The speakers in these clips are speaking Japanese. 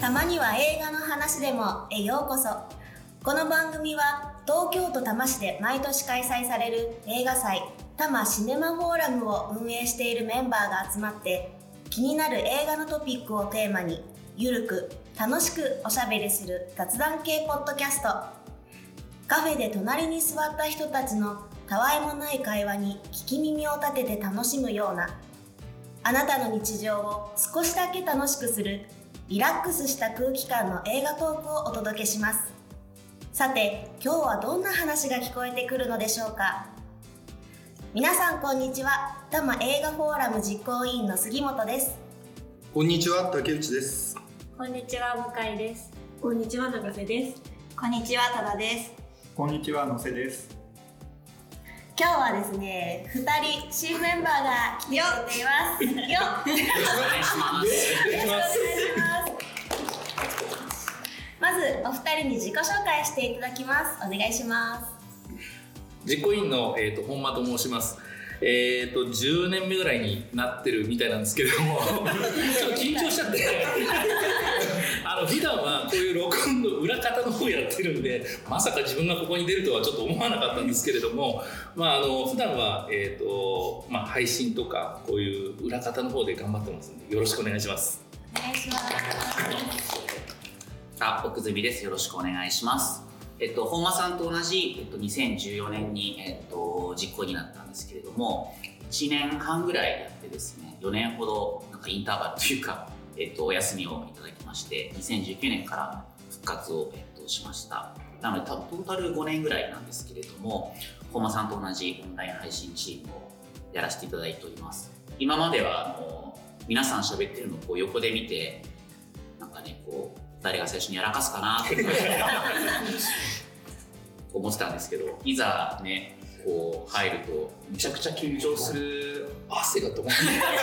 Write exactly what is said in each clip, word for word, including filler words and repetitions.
たまには映画の話でもへようこそ。この番組は東京都多摩市で毎年開催される映画祭多摩シネマフォーラムを運営しているメンバーが集まって気になる映画のトピックをテーマにゆるく楽しくおしゃべりする雑談系ポッドキャスト。カフェで隣に座った人たちのたわいもない会話に聞き耳を立てて楽しむような、あなたの日常を少しだけ楽しくするリラックスした空気感の映画トークをお届けします。さて、今日はどんな話が聞こえてくるのでしょうか。皆さんこんにちは。多摩映画フォーラム実行委員の杉本です。 こんにちは、竹内です。 こんにちは、向井です。 こんにちは、永瀬です。 こんにちは、多田です。 こんにちは、野瀬です。 今日はですね、ふたり新メンバーが来てくれています。よっよろしくお願いします。よろしくお願いします。まずお二人に自己紹介していただきます。お願いします。 実行委員の、えー、と本間と申します。えー、とじゅうねんめぐらいになってるみたいなんですけれどもちょっと緊張しちゃってあの普段はこういう録音の裏方の方やってるんで、まさか自分がここに出るとはちょっと思わなかったんですけれども、まあ、あの普段は、えーとまあ、配信とかこういう裏方の方で頑張ってますのでよろしくお願いします。 お願いします。 あ、奥住です。よろしくお願いします。えっと、本間さんと同じ、えっと、にせんじゅうよねんに、えっと、実行になったんですけれども、いちねんはんぐらいやってですね、よねんほどなんかインターバルというか、えっと、お休みをいただきまして、にせんじゅうきゅうねんから復活を、えっと、しました。なので、トータルごねんぐらいなんですけれども、本間さんと同じオンライン配信チームをやらせていただいております。今までは、あの、皆さん喋ってるのをこう横で見て、なんかね、こう、誰が最初にやらかすかなって思ってたんですけど、いざねこう入るとめちゃくちゃ緊張する。 汗が止まらない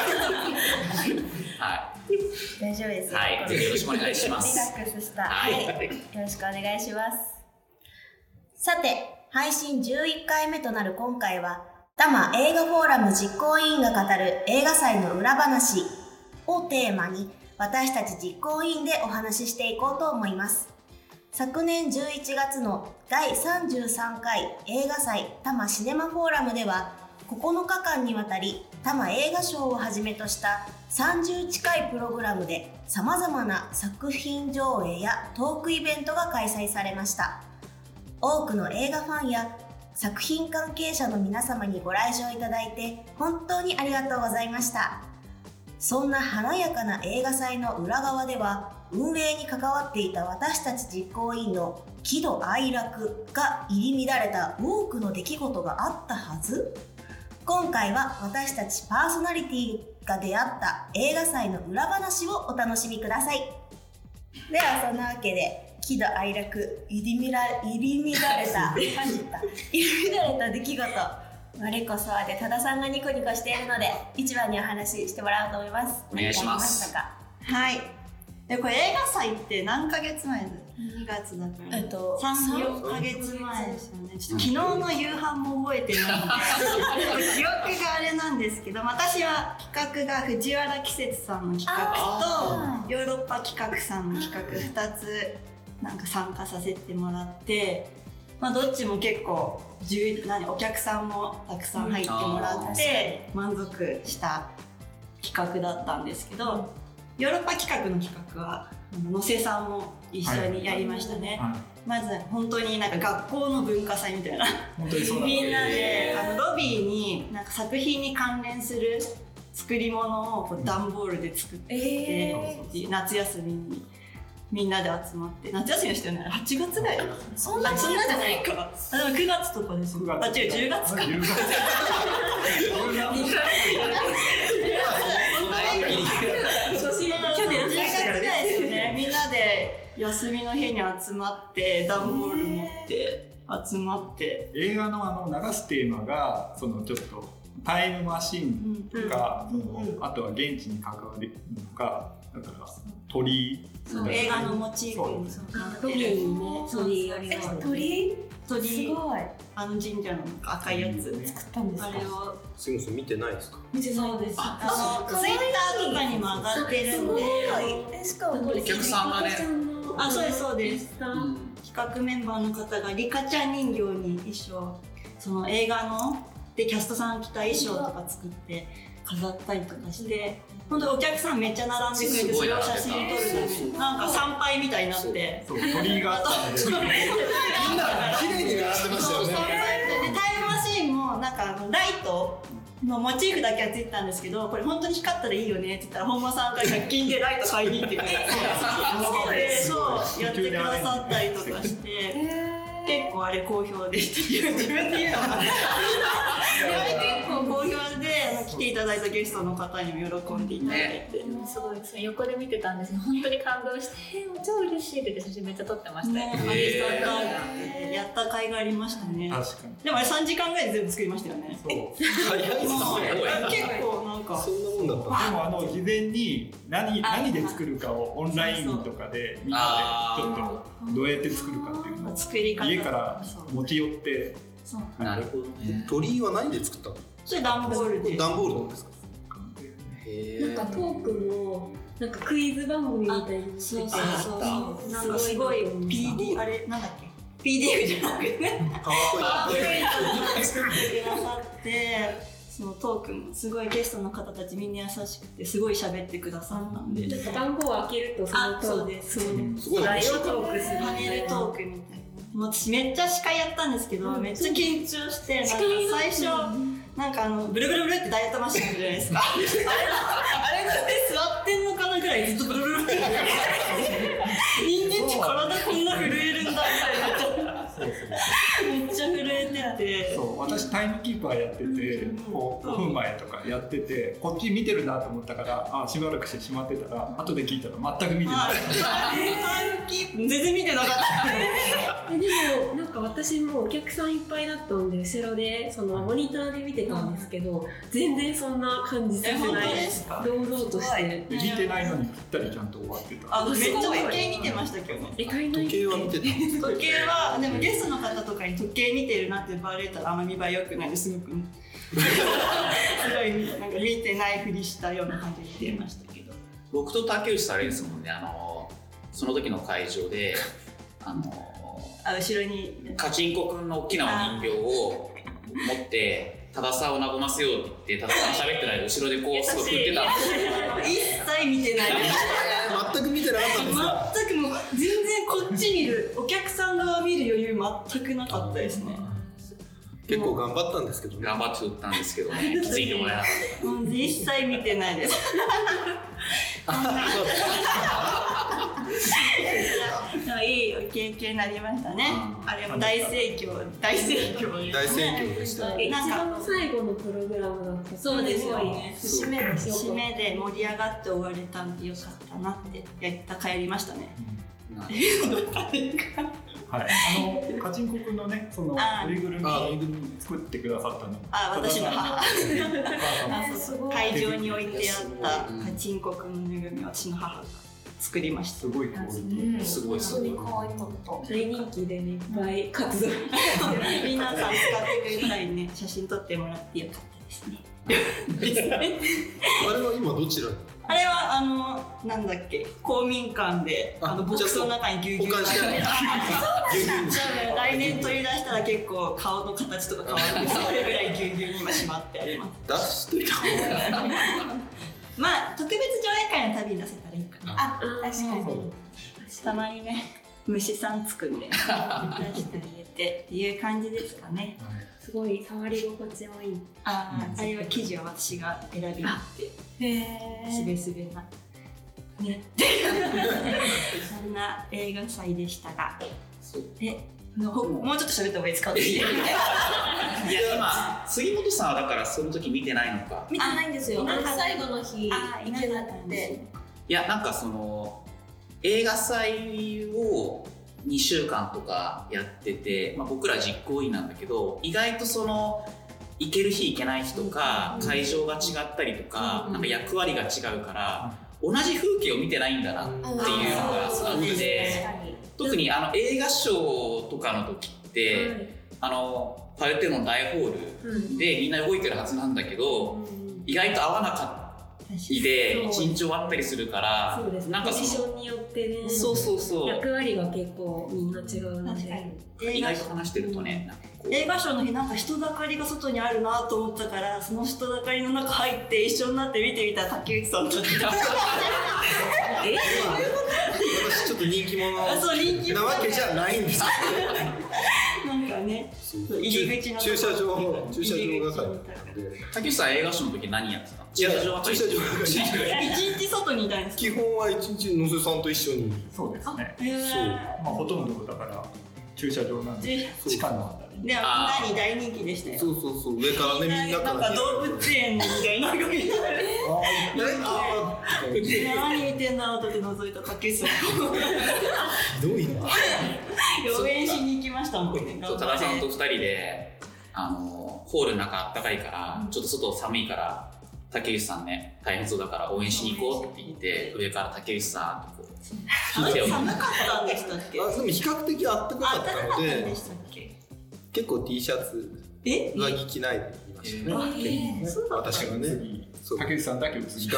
はい、 大丈夫ですよ。 はい、ぜひよろしくお願いします。 リラックスした、 はい、 はい、よろしくお願いします。さて、配信じゅういっかいめとなる今回は多摩映画フォーラム実行委員が語る映画祭の裏話をテーマに私たち実行委員でお話ししていこうと思います。昨年じゅういちがつのだいさんじゅうさんかい映画祭多摩シネマフォーラムではここのかかんにわたり多摩映画賞をはじめとしたさんじゅう近いプログラムで様々な作品上映やトークイベントが開催されました。多くの映画ファンや作品関係者の皆様にご来場いただいて本当にありがとうございました。そんな華やかな映画祭の裏側では運営に関わっていた私たち実行委員の喜怒哀楽が入り乱れた多くの出来事があったはず。今回は私たちパーソナリティが出会った映画祭の裏話をお楽しみください。ではそんなわけで喜怒哀楽入り乱れ、入り乱れた入り乱れた出来事、我こそはで多田さんがニコニコしているので一番にお話ししてもらおうと思います。 お願いします。 はい。でこれ映画祭って何ヶ月前だ？にがつだから、えっと、さん、よんかげつまえですよね。ちょっと昨日の夕飯も覚えてないので記憶があれなんですけど、私は企画が藤原季節さんの企画とヨーロッパ企画さんの企画ふたつなんか参加させてもらって、まあ、どっちも結構何お客さんもたくさん入ってもらって満足した企画だったんですけど、ヨーロッパ企画の企画は野瀬さんも一緒にやりましたね、はいはい、まず本当になんか学校の文化祭みたいな本当にそうなんみんなであのロビーになんか作品に関連する作り物をこう段ボールで作って、えー、夏休みにみんなで集まって、夏休みの人ね、はちがつぐらいだ。 そんなそんなじゃないか。 あ、でもくがつとかですよ。あ、違う、じゅうがつか。じゅうがつ。去年じゅうがつぐらいですよね。みんなで休みの日に集まって段ボール持って集まって。 映画のあの流すテーマがそのちょっとタイムマシンとか、うんうん、そのあとは現地に関わるのか、だから鳥そう映画のモチーフに鳥にね鳥ありましたね。鳥鳥すごい。 あの神社の赤いやつ作ったんですか。 あれをすみません見てないですか。 見てそうです。 ああのツイッターとかにも上がってるんで、 え、しかもこれお客さんがね、 あ、そうですそうです。 うん企画メンバーの方がリカちゃん人形に衣装、その映画のでキャストさん着た衣装とか作って飾ったりとかして、本当お客さんめっちゃ並んでくれて、それを写真撮るのになんか参拝みたいになって、 そう鳥居があったんでみんな綺麗に並んでましたよね。 でタイムマシーンもなんかあのライトのモチーフだけはついてたんですけど、これ本当に光ったらいいよねって言ったら本間さんがひゃく均でライト買いに行ってくれてそうやってくださったりとかして、結構あれ好評でした自分で言うのは結構好評で来ていただいたゲストの方にも喜んでいただいて、 すごいですね。横で見てたんですけど、本当に感動して、えー、超嬉しいって言って写真めっちゃ撮ってましたよ。 ね、ありがたいやった甲斐がありましたね。 確かに。 でもあれさんじかんぐらいで全部作りましたよね。 そう早いですね。 結構なんかそんなもんだった。 でもあの事前に何何で作るかをオンラインとかでみんなでちょっとどうやって作るかっていうのを作り方家から持ち寄って。 そうなるほどね。 鳥居は何で作ったの？ それ段ボールで。 段ボールなんですか？ なんかトークもなんかクイズ番組みたいにしてて、 そうそうそう、なんかすごい ピーディー あれなんだっけ ピーディーエフ じゃなくてパワーポイント。 作ってくださって、そのトークもすごいゲストの方たちみんな優しくてすごい喋ってくださったんで、 ちょっと番号を開けるとそのあ、そうですそうです。 すごい面白かっトークするパネルトークみたいな。もう私めっちゃ司会やったんですけど、めっちゃ緊張してなんか最初なんかあのブルブルブルってダイエットマシンあるじゃないですかあれあれなんで座ってんのかなぐらいずっとブルブルブルって人間って体こんな震えるんだみたいなめっちゃ震えてて、 そう私タイムキーパーやってて、こうごふんまえとかやっててこっち見てるなと思ったからあしばらくしてしまってたら後で聞いたら全く見てないタイムキープ全然見てなかったでもなんか私もお客さんいっぱいだったんで後ろでそのモニターで見てたんですけど、全然そんな感じさせない。 え本当ですか？ 堂々として見てないのにぴったりちゃんと終わってた。 あめっちゃ時計見てましたけどね。 え買いない時計は見てた。 時計はでもゲストの方とかに時計見てるなってバレたらあんま見栄え良くないですごくすごいなんか見てないふりしたような感じで見てましたけど、 僕と竹内さんあれですもんね、あのその時の会場であのあ後ろにカチンコくんの大きなお人形を持って多田さんを和ませようって言って多田さんが喋ってないで後ろでこうすごい振ってた一切見てない全く見てなかったんですか？ 全くもう全然こっち見るお客さん側見る余裕全くなかったですね。 結構頑張ったんですけどね。 頑張って売ったんですけどね、気づいてもらえなかっもう一切見てないですいい経験になりましたね。あれも大盛況大盛況大盛況でした。 一番最後のプログラムだった。 そうですよね。 締めですよ。 締めで盛り上がって終われたんでよかったなってやった帰りましたね。 た。 はい、あのカチンコくんのねそのぬいぐるみ作ってくださったの。 あ私の母。 すごい会場に置いてあったカチンコくんのぬいぐるみを私の母が作りました。 すごいクオリティ。 すごいすごい。 大人気でねいっぱい活動。 皆さん使ってくれたりね写真撮ってもらってよかったですね。 あれは今どちらに？ あれはあのなんだっけ公民館であのボックスの中にギュウギュウ保管してある。 来年取り出したら結構顔の形とか変わるんでそれぐらいギュウギュウに今しまってあります。 出しといた方がいい。 まあ特別上映会の旅に出せたらいいかな。 あ、確かに。 たまにね虫さんつくんで出してあげてっていう感じですかね。 すごい触り心地もいい。 ああ、あれは生地は私が選びに行ってへえ。 すべすべなねそんな映画祭でしたが、えもうちょっと喋った方がいいですか？ いや今杉本さんはだからその時見てないのか。 見てないんですよ。 あ最後の日行けなくて。 いやなんかその映画祭をにしゅうかんとかやってて、まあ、僕ら実行委員なんだけど意外とその行ける日行けない日とか会場が違ったりとかなんか役割が違うから同じ風景を見てないんだなっていうのがあって、特にあの映画賞とかの時って、はい、あのパルテノン大ホールでみんな動いてるはずなんだけど、うん、意外と合わなかった。で一日終わったりするから、 そうです、なんかポジションによってね、 そうそうそう、 役割が結構みんな違うので、 意外と話してるとね、 映画賞の日なんか人だかりが外にあるなと思ったから、その人だかりの中入って一緒になって見てみたら竹内さんとってた。 え私ちょっと人気者なわけじゃないんですなんかね、入り口の駐車場駐車場係で。 竹内さん映画賞の時何やってたの？ 駐車場駐車場一日外にいたんですか？ 基本は一日野瀬さんと一緒に。 そうですね。 そう。 まあほとんどだから駐車場なんで地下のあたり。 でもみんなに大人気でしたよ。 そうそうそう、上からね、みんなからなんか動物園みたいな感じで。ああ、何見てんだろうとって覗いた竹内さん。 ひどいな。 応援しに行きましたもんね。 そう、多田さんと二人であのホールの中あったかいから、ちょっと外寒いから竹内さんね大変そうだから応援しに行こうって言って上から竹内さんとこう引いてよ。寒かったんでしたっけ？ あ、でも比較的あったかかったので。結構 T シャツ上着着ないでいましたね。私がね、 竹内さんだけ映し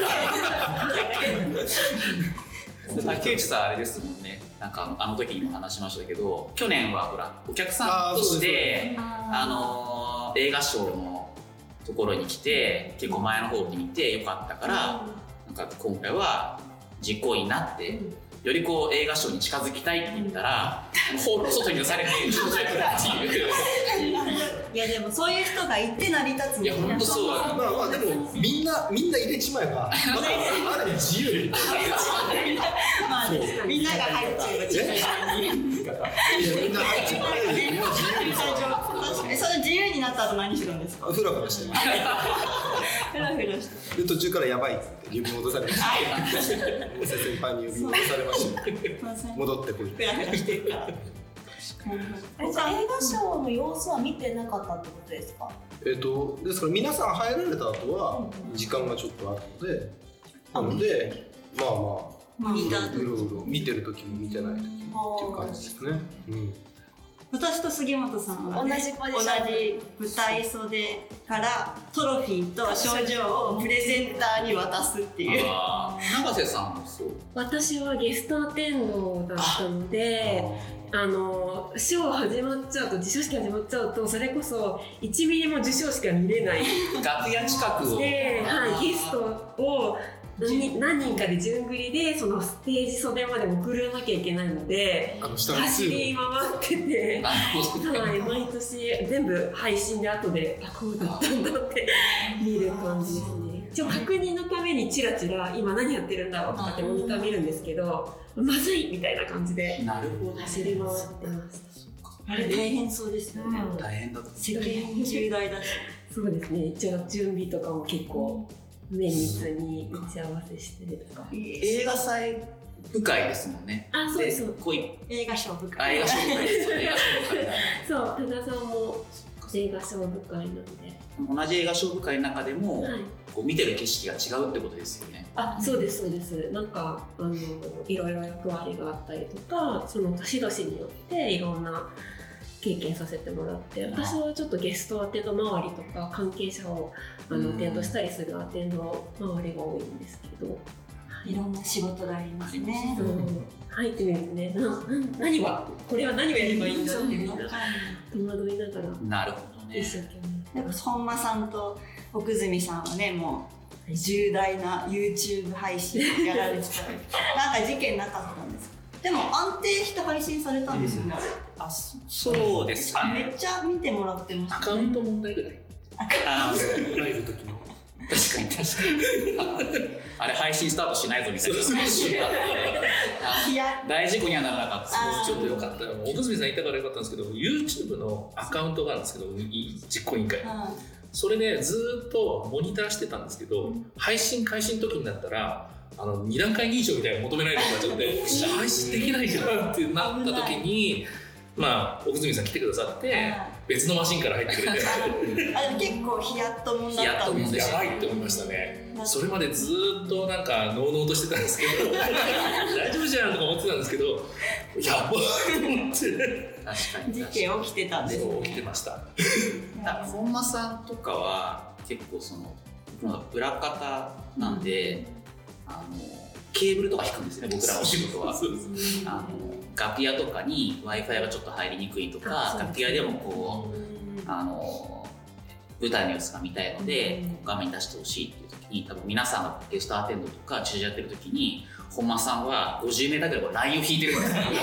竹内さんあれですもんね。なんかあの時にも話しましたけど、去年はほらお客さんとしてあの映画賞のところに来て結構前の方に見てよかったから、なんか今回は実行委員になって。よりこう映画賞に近づきたいって言ったら、ホールの外に出されてる状態だっていう。 いやでもそういう人がいて成り立つんだよ。いや本当そうだ。 まあまあでもみんなみんな入れちまえば、ある意味自由に。 まあみんなが入っちゃえば自由に。 みんな入っちゃえば自由に。 その自由になった後何するんですか？ フラフラしてます。 フラフラして。 で途中からやばいって呼び戻されました。大瀬先輩に呼び戻されました。戻ってこい。 フラフラしてるから。 じゃあ映画賞の様子は見てなかったってことですか？ えっとですから皆さん入られた後は時間がちょっとあるので、なのでまあまあいろいろ見てる時も見てない時もっていう感じですね。うん。 私と杉本さんは、ね、 同じポジション、 同じ舞台袖からトロフィーと賞状をプレゼンターに渡すっていう。 永瀬さんもそう。 私はゲストアテンドだったので、あの賞始まっちゃうと、授賞式始まっちゃうとそれこそいちミリも授賞式は見れない楽屋近くをで、はい、ゲストを何, 何人かで順繰りでそのステージ袖まで送らなきゃいけないので走り回ってて、はい、毎年全部配信で後であこうだったんだって見る感じですね。一応確認のためにチラチラ今何やってるんだろうとかってモニター見るんですけど、まずいみたいな感じで走り回ってました。 あれ大変そうですよね。 うん、大変だと責任重大だし。 そうですね。一応準備とかも結構綿密に打ち合わせしてるとか。 映画祭部会ですもんね。 あ、そうそう。 映画賞部会。 あ、映画賞部会です。映画賞部会。 そう、多田さんも映画賞部会なので。 同じ映画賞部会の中でも、はい、こう見てる景色が違うってことですよね。 あ、そうですそうです。なんかあのいろいろ役割があったりとか、その年々によっていろんな経験させてもらって、私はちょっとゲストアテンド周りとか関係者をあのアテンドしたりするアテンド周りが多いんですけど、 いろんな仕事がありますね。 そう入ってみるとね、なな何はこれは何をやればいいんだってみんな戸惑いながら、 なるほどね。 一生懸命。 でも本間さんと奥住さんはね、もう重大な YouTube 配信やられてたなんか事件なかったんですか？でも安定して配信されたんですよね、あれ。 あ、そうですかね。 めっちゃ見てもらってましたね。 アカウント問題ぐらい。 あー、入る時の。 確かに確かに。あれ配信スタートしないぞみたいな。大事故にはならなかった。 ちょっとよかった。奥住さんいたからよかったんですけど、YouTube のアカウントがあるんですけど、実行委員会。それでずっとモニターしてたんですけど、配信開始の時になったら、あのに段階認証みたいなの求められるようになっちゃって配信できないじゃんってなった時に、まあ奥住さん来てくださって別のマシンから入ってくれてあでも結構ヒヤッともんだったんですよ。 やばいって思いましたね。それまでずっとなんかノーノーとしてたんですけど大丈夫じゃんとか思ってたんですけど、 やばいと思って確かに事件起きてたんですね。 そう起きてました本間さんとかは結構その裏方なんで、うん、あのケーブルとか引くんですね、僕らのお仕事は。あの楽屋とかに Wi-Fi がちょっと入りにくいとか、楽屋でもこうあの舞台の様子が見たいので画面に出してほしいっていう時に、多分皆さんがゲストアテンドとか駐車やってる時に本間さんはごじゅうメーターぐらいラインを引いてるん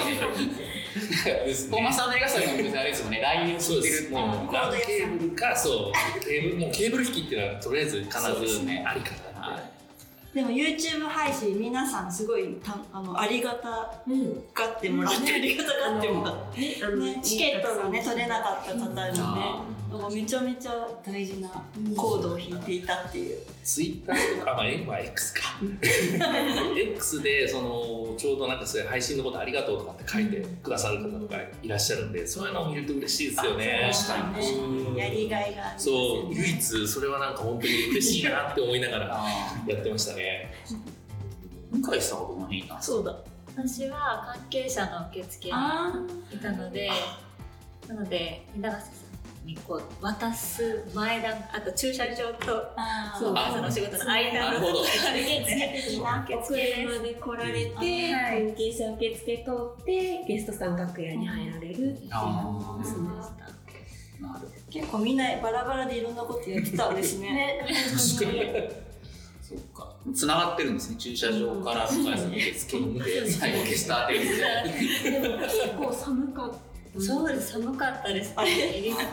ですよ。本間さんの映画祭の別にあれですもんね、ラインを引いてる。 もうランケーブルか、そうケーブル、もうケーブル引きっていうのはとりあえず必ずありかな。 でも YouTube 配信皆さんすごいたあのありがたがってもらって、ありがたがってもらって、ね、チケットがね取れなかった方にね、めちゃめちゃ大事なコードを引いていたっていう。 ツイッターとか、まあ、X かX でそのちょうどなんかそういう配信のことありがとうとかって書いてくださる方とかいらっしゃるんで、そういうのを見ると嬉しいですよね。 確かにね、やりがいがあるんですよね。 そう、唯一それはなんか本当に嬉しいなって思いながらやってましたね。 向井さんはどの辺いたんですか？ そうだ、 私は関係者の受付にいたので、なので永瀬さんにこう渡す前段、あと駐車場とそう朝のお仕事の間の受付的な受付まで来られて、関係者受付通ってゲストさん楽屋に入られるっていうのをしました。 結構みんなバラバラでいろんなことやってたんですね。 そうか、つながってるんですね、駐車場から向井さんの受付に行って最後ゲスト当てるみたいな。 でも結構寒かった。 そうです、寒かったです。あれ地下だ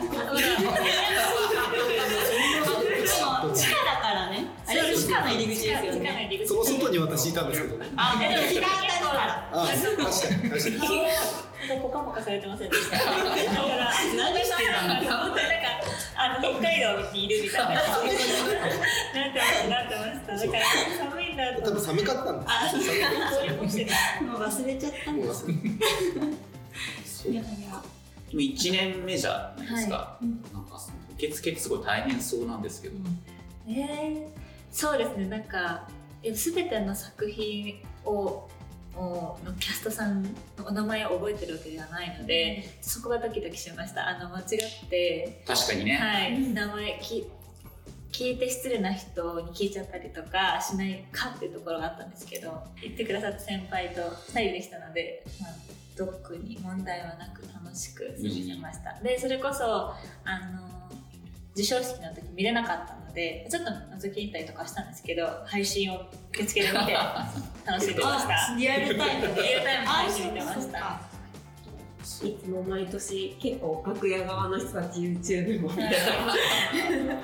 からね。あれ地下の入り口ですよね。 その外に私いたんですけどね。 あ、でも日が当たるから。 あ、確かに確かに。 ポカポカされてませんでした。だから何してたの？なんかあの北海道にいるみたいな。なってましたなってました。だから寒いんだと。 多分寒かったんです。 もう忘れちゃったんです。 いやいや。もう一年目じゃないですか。はい、なんかその受付ってすごい大変そうなんですけど。 うん、えー、そうですね。なんかすべての作品をのキャストさんのお名前を覚えてるわけではないので、うん、そこがドキドキしました。あの間違って確かにね、 はい、名前き聞いて失礼な人に聞いちゃったりとかしないかっていうところがあったんですけど、言ってくださった先輩とふたりでしたので、まあ、特に問題はなく楽しく過ごせました。でそれこそあの授賞式の時見れなかったのでちょっと覗きに行ったりとかしたんですけど、配信を受付で見て楽しんでました。 リアルタイムでリアルタイムで配信見てました。 いつも毎年結構楽屋側の人たち YouTube も見てました。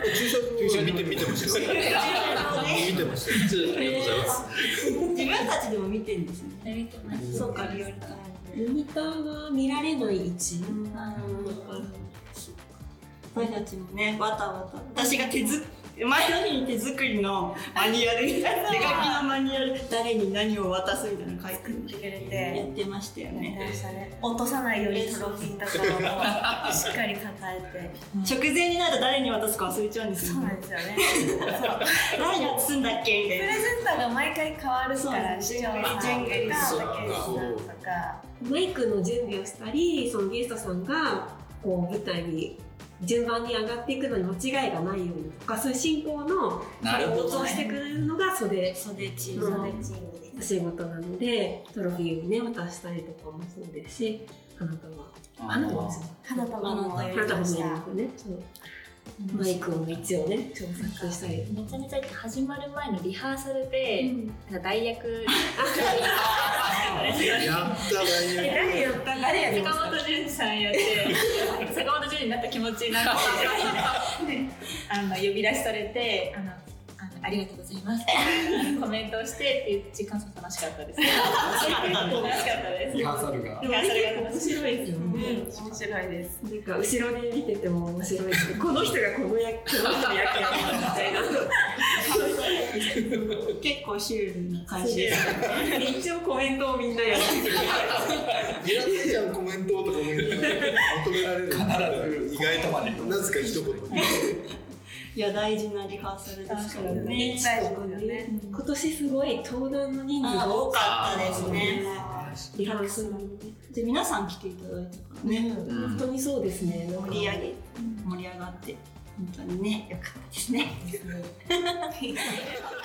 駐車見て見てましたよ。見てましたよ。ありがとうございます。 自分たちでも見てるんですね。 見てます。 そうか、リアルタイム。 モニターが見られない位置。 私たちもね、わたわた。私が手ず前の日に手作りのマニュアル、手書きのマニュアル、誰に何を渡すみたいなの書いてくれてやってましたよね。 落とさないようにトロフィーとかをしっかり抱えて、 直前になると誰に渡すか忘れちゃうんですよね。 そうなんですよね。 誰に渡すんだっけみたいな。 プレゼンターが毎回変わるから、視聴者とか竹内さんとかマイクの準備をしたり、そのゲストさんがこう舞台に順番に上がっていくのに間違いがないようにとか、そういう進行のサポートをしてくれるのが袖袖チームのお仕事なので、トロフィーをね渡したりとかもそうですし、花束花束花束もやりました。 マイクの位置をね調節したり、 めちゃめちゃ始まる前のリハーサルで、うん、代役やった代役誰やった誰や坂本潤さんやって坂本潤になった気持ちになってあの呼び出しされて、あのありがとうございますコメントをしてっていう時間、楽しかったです。楽しかったです。 リハーサルがリハーサルが面白いですよね。 面白いです。 なんか後ろで見てても面白いです。この人がこの役この人の役やるみたいな。 結構シュールな感じです。 一応コメントをみんなやってる。 いらねえじゃんコメントとか思いながら求められる。 意外とまで。 なぜか一言。 いや大事なリハーサルですからね。 今年すごい登壇の人数が多かったですね。 リハーサルで皆さん来ていただいたからね、 うん、本当にそうですね。 盛り上げ盛り上がって本当にね良かったですね。